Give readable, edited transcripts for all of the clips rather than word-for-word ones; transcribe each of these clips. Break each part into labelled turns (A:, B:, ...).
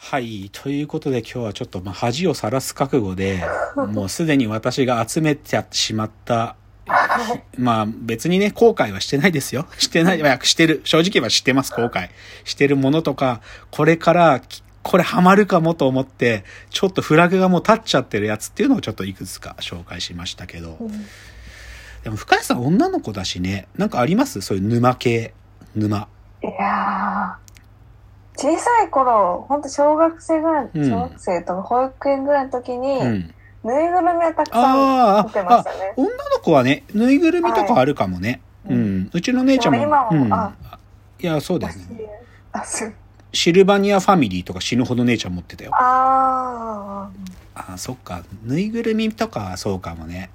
A: はい。ということで今日はちょっと恥をさらす覚悟で、もうすでに私が集めてしまった、別にね、後悔はしてないですよ。してない、してる。正直はしてます、後悔。してるものとか、これからこれハマるかもと思って、ちょっとフラグがもう立っちゃってるやつっていうのをちょっといくつか紹介しましたけど。でも深谷さん女の子だしね、なんかあります？そういう沼系。沼。
B: いやー。小さい頃、ほんと小学生ぐらい、小学生とか保育園ぐらいの時に、ぬいぐるみはたくさん見てましたね。
A: 女の子はね、ぬいぐるみとかあるかもね。うちの姉ちゃんも。
B: 今も、
A: いや、そうだよね。シルバニアファミリーとか死ぬほど姉ちゃん持ってたよ。そっか。ぬいぐるみとかはそうかもね。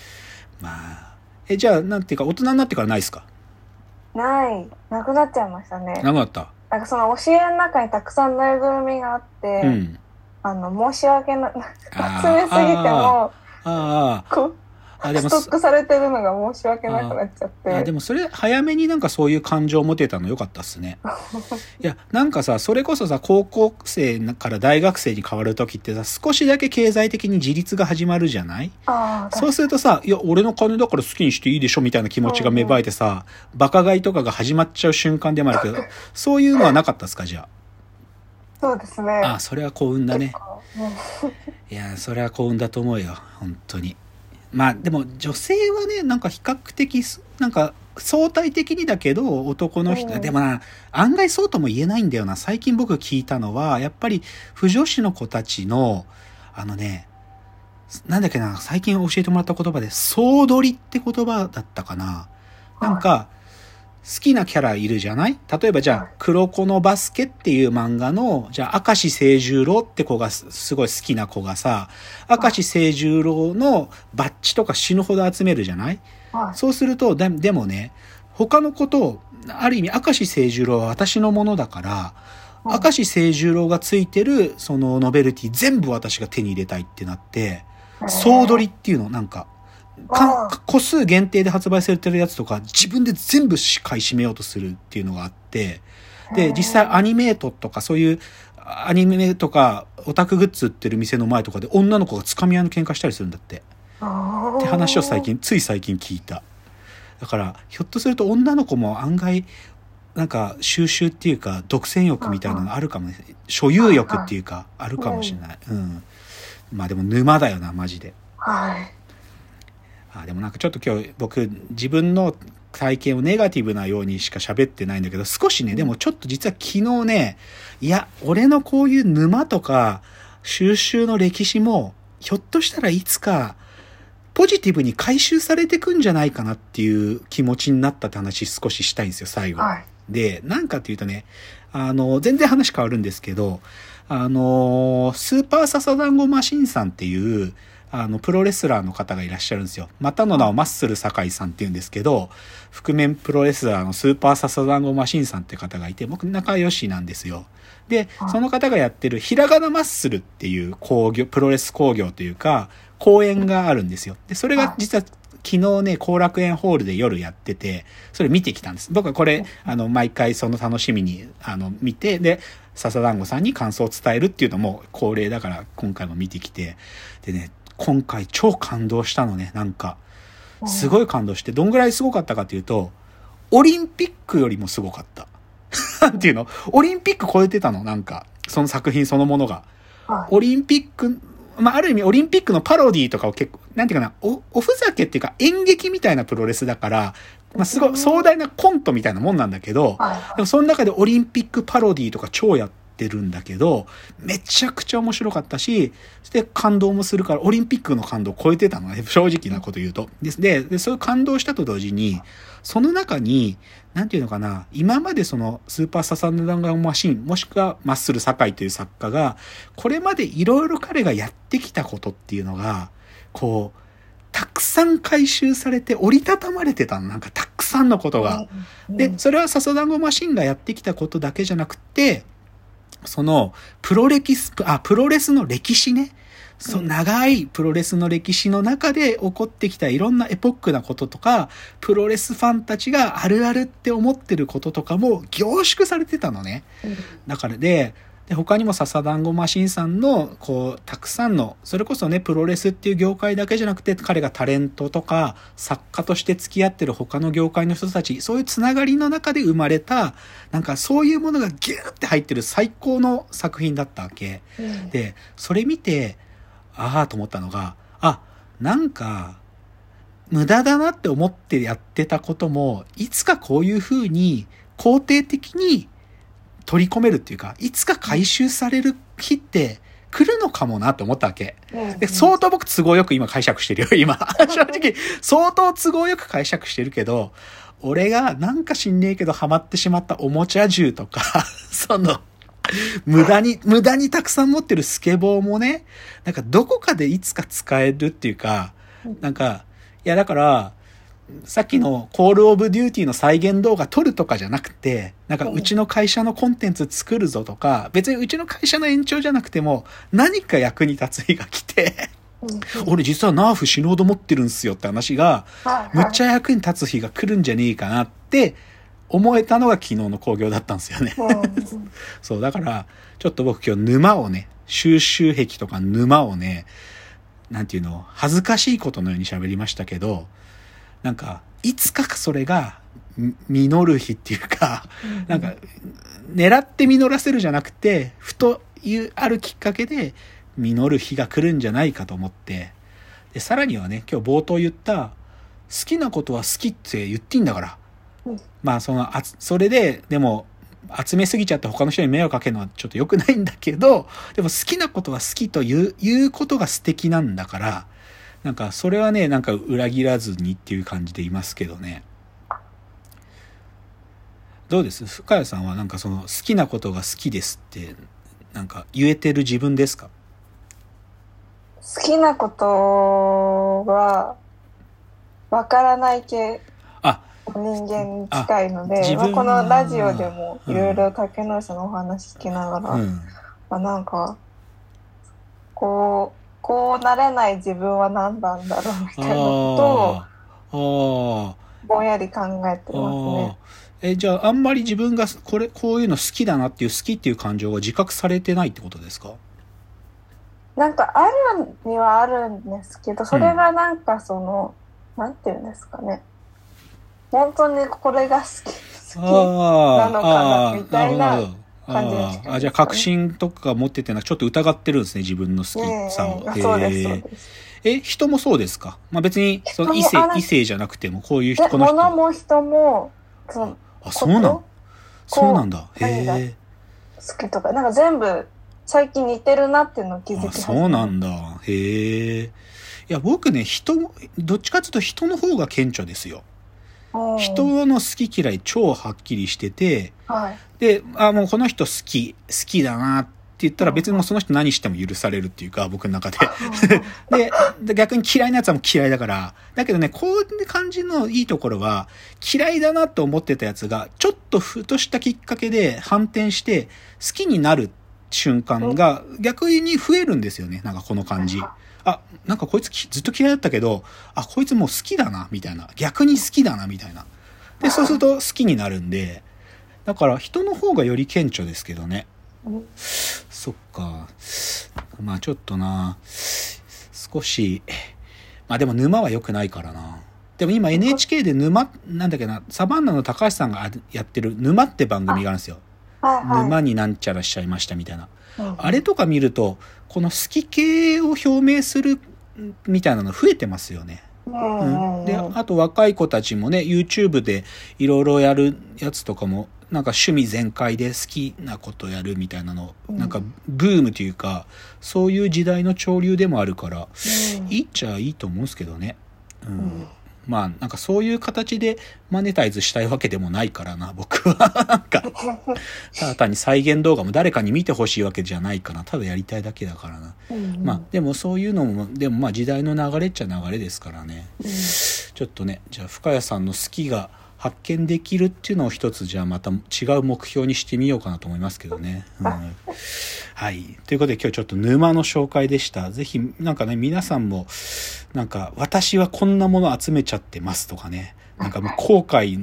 A: じゃあ、なんていうか、大人になってからないですか？
B: なくなっちゃいましたね。
A: なくなった。
B: なんかその押し入れの中にたくさんぬいぐるみがあって、申し訳な、集めすぎても、ストックされてるのが申し訳なくなっちゃって。
A: でもそれ早めになんかそういう感情を持てたのよかったっすね。いや、なんかさ、それこそさ、高校生から大学生に変わる時ってさ、少しだけ経済的に自立が始まるじゃない？そうするとさ、いや、俺の金だから好きにしていいでしょみたいな気持ちが芽生えてさ、バカ買いとかが始まっちゃう瞬間でもあるけど、そういうのはなかったっすか、じゃあ。
B: そうですね。
A: それは幸運だね。いや、それは幸運だと思うよ、本当に。でも女性はね、なんか比較的、なんか相対的にだけど男の人、でも案外そうとも言えないんだよな。最近僕聞いたのは、やっぱり腐女子の子たちの、なんだっけな、最近教えてもらった言葉で、総取りって言葉だったかな。なんか、好きなキャラいるじゃない？例えばじゃあ、黒子のバスケっていう漫画の、じゃあ、明石清十郎って子がすごい好きな子がさ、明石清十郎のバッジとか死ぬほど集めるじゃない？そうすると、でもね、他の子と、ある意味、明石清十郎は私のものだから、明石清十郎がついてる、そのノベルティ全部私が手に入れたいってなって、総取りっていうの、なんか、個数限定で発売されてるやつとか自分で全部買い占めようとするっていうのがあって、で実際アニメートとかそういうアニメとかオタクグッズ売ってる店の前とかで女の子がつかみ合いの喧嘩したりするんだってって話をつい最近聞いた。だからひょっとすると女の子も案外なんか収集っていうか独占欲みたいなのあるかもね。所有欲っていうかあるかもしれない。でも沼だよなマジで。でもなんかちょっと今日僕自分の体験をネガティブなようにしか喋ってないんだけど、少しね、でもちょっと実は昨日ね、いや、俺のこういう沼とか収集の歴史もひょっとしたらいつかポジティブに回収されてくんじゃないかなっていう気持ちになったって話少ししたいんですよ、最後。で、なんかっていうとね、全然話変わるんですけど、スーパーササダンゴマシンさんっていう、プロレスラーの方がいらっしゃるんですよ。またの名をマッスル酒井さんって言うんですけど、覆面プロレスラーのスーパーササダンゴマシンさんって方がいて、僕仲良しなんですよ。で、その方がやってるひらがなマッスルっていうプロレス工業というか、公演があるんですよ。で、それが実は昨日ね、後楽園ホールで夜やってて、それ見てきたんです。僕はこれ、毎回その楽しみに、見て、で、笹団子さんに感想を伝えるっていうのも恒例だから、今回も見てきて、でね、今回超感動したのね、なんか。すごい感動して、どんぐらいすごかったかというと、オリンピックよりもすごかった。なんていうの？オリンピック超えてたの、なんか。その作品そのものが。オリンピック、ある意味オリンピックのパロディとかを結構、なんていうかな、おふざけっていうか演劇みたいなプロレスだから、すごい壮大なコントみたいなもんなんだけど、でもその中でオリンピックパロディとか超やってるんだけど、めちゃくちゃ面白かったし、そして感動もするから、オリンピックの感動を超えてたのね、正直なこと言うと。で、そういう感動したと同時に、その中に、なんていうのかな、今までそのスーパーササダンゴマシン、もしくはマッスル酒井という作家が、これまでいろいろ彼がやってきたことっていうのが、こう、たくさん回収されて折りたたまれてたの。なんかたくさんのことが。で、それはササダンゴマシンがやってきたことだけじゃなくて、その、プロレスの歴史ね。長いプロレスの歴史の中で起こってきたいろんなエポックなこととか、プロレスファンたちがあるあるって思ってることとかも凝縮されてたのね。だからで、 で、他にも笹団子マシンさんの、こう、たくさんの、それこそね、プロレスっていう業界だけじゃなくて、彼がタレントとか、作家として付き合ってる他の業界の人たち、そういうつながりの中で生まれた、なんかそういうものがギューって入ってる最高の作品だったわけ。で、それ見て、ああと思ったのが、なんか、無駄だなって思ってやってたことも、いつかこういう風に、肯定的に、取り込めるっていうか、いつか回収される日って来るのかもなと思ったわけ。で、相当僕都合よく今解釈してるよ、今。正直、相当都合よく解釈してるけど、俺がなんか知んねえけどハマってしまったおもちゃ銃とか、無駄にたくさん持ってるスケボーもね、なんかどこかでいつか使えるっていうか、なんか、いやだから、さっきのコールオブデューティーの再現動画撮るとかじゃなくて、なんかうちの会社のコンテンツ作るぞとか、別にうちの会社の延長じゃなくても何か役に立つ日が来て、俺実はナーフ死のうと持ってるんすよって話が、むっちゃ役に立つ日が来るんじゃねえかなって思えたのが昨日の興行だったんですよね。そう、だからちょっと僕今日沼をね、収集癖とか沼をね、なんていうの、恥ずかしいことのように喋りましたけど、なんか、いつかそれが、実る日っていうか、なんか、狙って実らせるじゃなくて、ふとあるきっかけで、実る日が来るんじゃないかと思って、で、さらにはね、今日冒頭言った、好きなことは好きって言っていいんだから、まあ、それで、でも、集めすぎちゃって他の人に迷惑かけるのはちょっと良くないんだけど、でも好きなことは好きと言うことが素敵なんだから、なんかそれはね、なんか裏切らずにっていう感じでいますけどね。どうです？深谷さんはなんか好きなことが好きですってなんか言えてる自分ですか？
B: 好きなことはわからない系人間に近いので、このラジオでもいろいろ竹野さんのお話聞きながら、なんかこうなれない自分は何なんだろうみたいなことをぼんやり考えてますね。
A: じゃああんまり自分がこういうの好きだなっていう好きっていう感情が自覚されてないってことですか？
B: なんかあるにはあるんですけど、それがなんかなんていうんですかね、本当にこれが好きなのかなみたいな感じですかね。
A: じゃあ確信とか持っててちょっと疑ってるんですね、自分の好きさを。
B: そうです。
A: 人もそうですか？まあ別に異性じゃなくてもこういう人、この人。
B: 物も人も
A: そうなんだ。へえ。
B: 好きとかなんか全部最近似てるなっていうのを気づき始めた。
A: そうなんだ。へえ。いや僕ね、どっちかというと人の方が顕著ですよ。人の好き嫌い超はっきりしてて、で、もうこの人好きだなって言ったら別にもうその人何しても許されるっていうか、僕の中で。で、逆に嫌いなやつはもう嫌いだから。だけどね、こういう感じのいいところは、嫌いだなと思ってたやつが、ちょっとふとしたきっかけで反転して、好きになる瞬間が逆に増えるんですよね、なんかこの感じ。なんかこいつずっと嫌いだったけど、こいつもう好きだな、みたいな。逆に好きだな、みたいな。で、そうすると好きになるんで、だから人の方がより顕著ですけどね。そっか。まあちょっとな、少し、まあでも沼は良くないからな。でも今 NHK でなんだっけな、サバンナの高橋さんがやってる沼って番組があるんですよ。沼になんちゃらしちゃいましたみたいな。あれとか見ると、この好き系を表明するみたいなの増えてますよね。で、あと若い子たちもね、YouTube でいろいろやるやつとかも、なんか趣味全開で好きなことやるみたいなの、なんかブームというか、そういう時代の潮流でもあるから、いいっちゃいいと思うんですけどね。まあなんかそういう形でマネタイズしたいわけでもないからな、僕は。なんかただ単に再現動画も誰かに見てほしいわけじゃないかな、ただやりたいだけだからな。まあでもそういうのも、でもまあ時代の流れっちゃ流れですからね。ちょっとね、じゃあ深谷さんの好きが発見できるっていうのを一つ、じゃあまた違う目標にしてみようかなと思いますけどね。はい。ということで今日ちょっと沼の紹介でした。ぜひなんかね、皆さんもなんか私はこんなもの集めちゃってますとかね、なんかもう後悔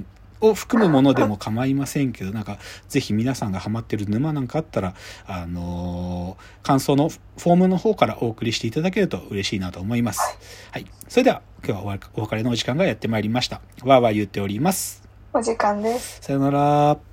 A: を含むものでも構いませんけど、なんかぜひ皆さんがハマってる沼なんかあったら、感想のフォームの方からお送りしていただけると嬉しいなと思います。はい。それでは今日はお別れのお時間がやってまいりました。わーわー言っております。
B: お時間です。
A: さよなら。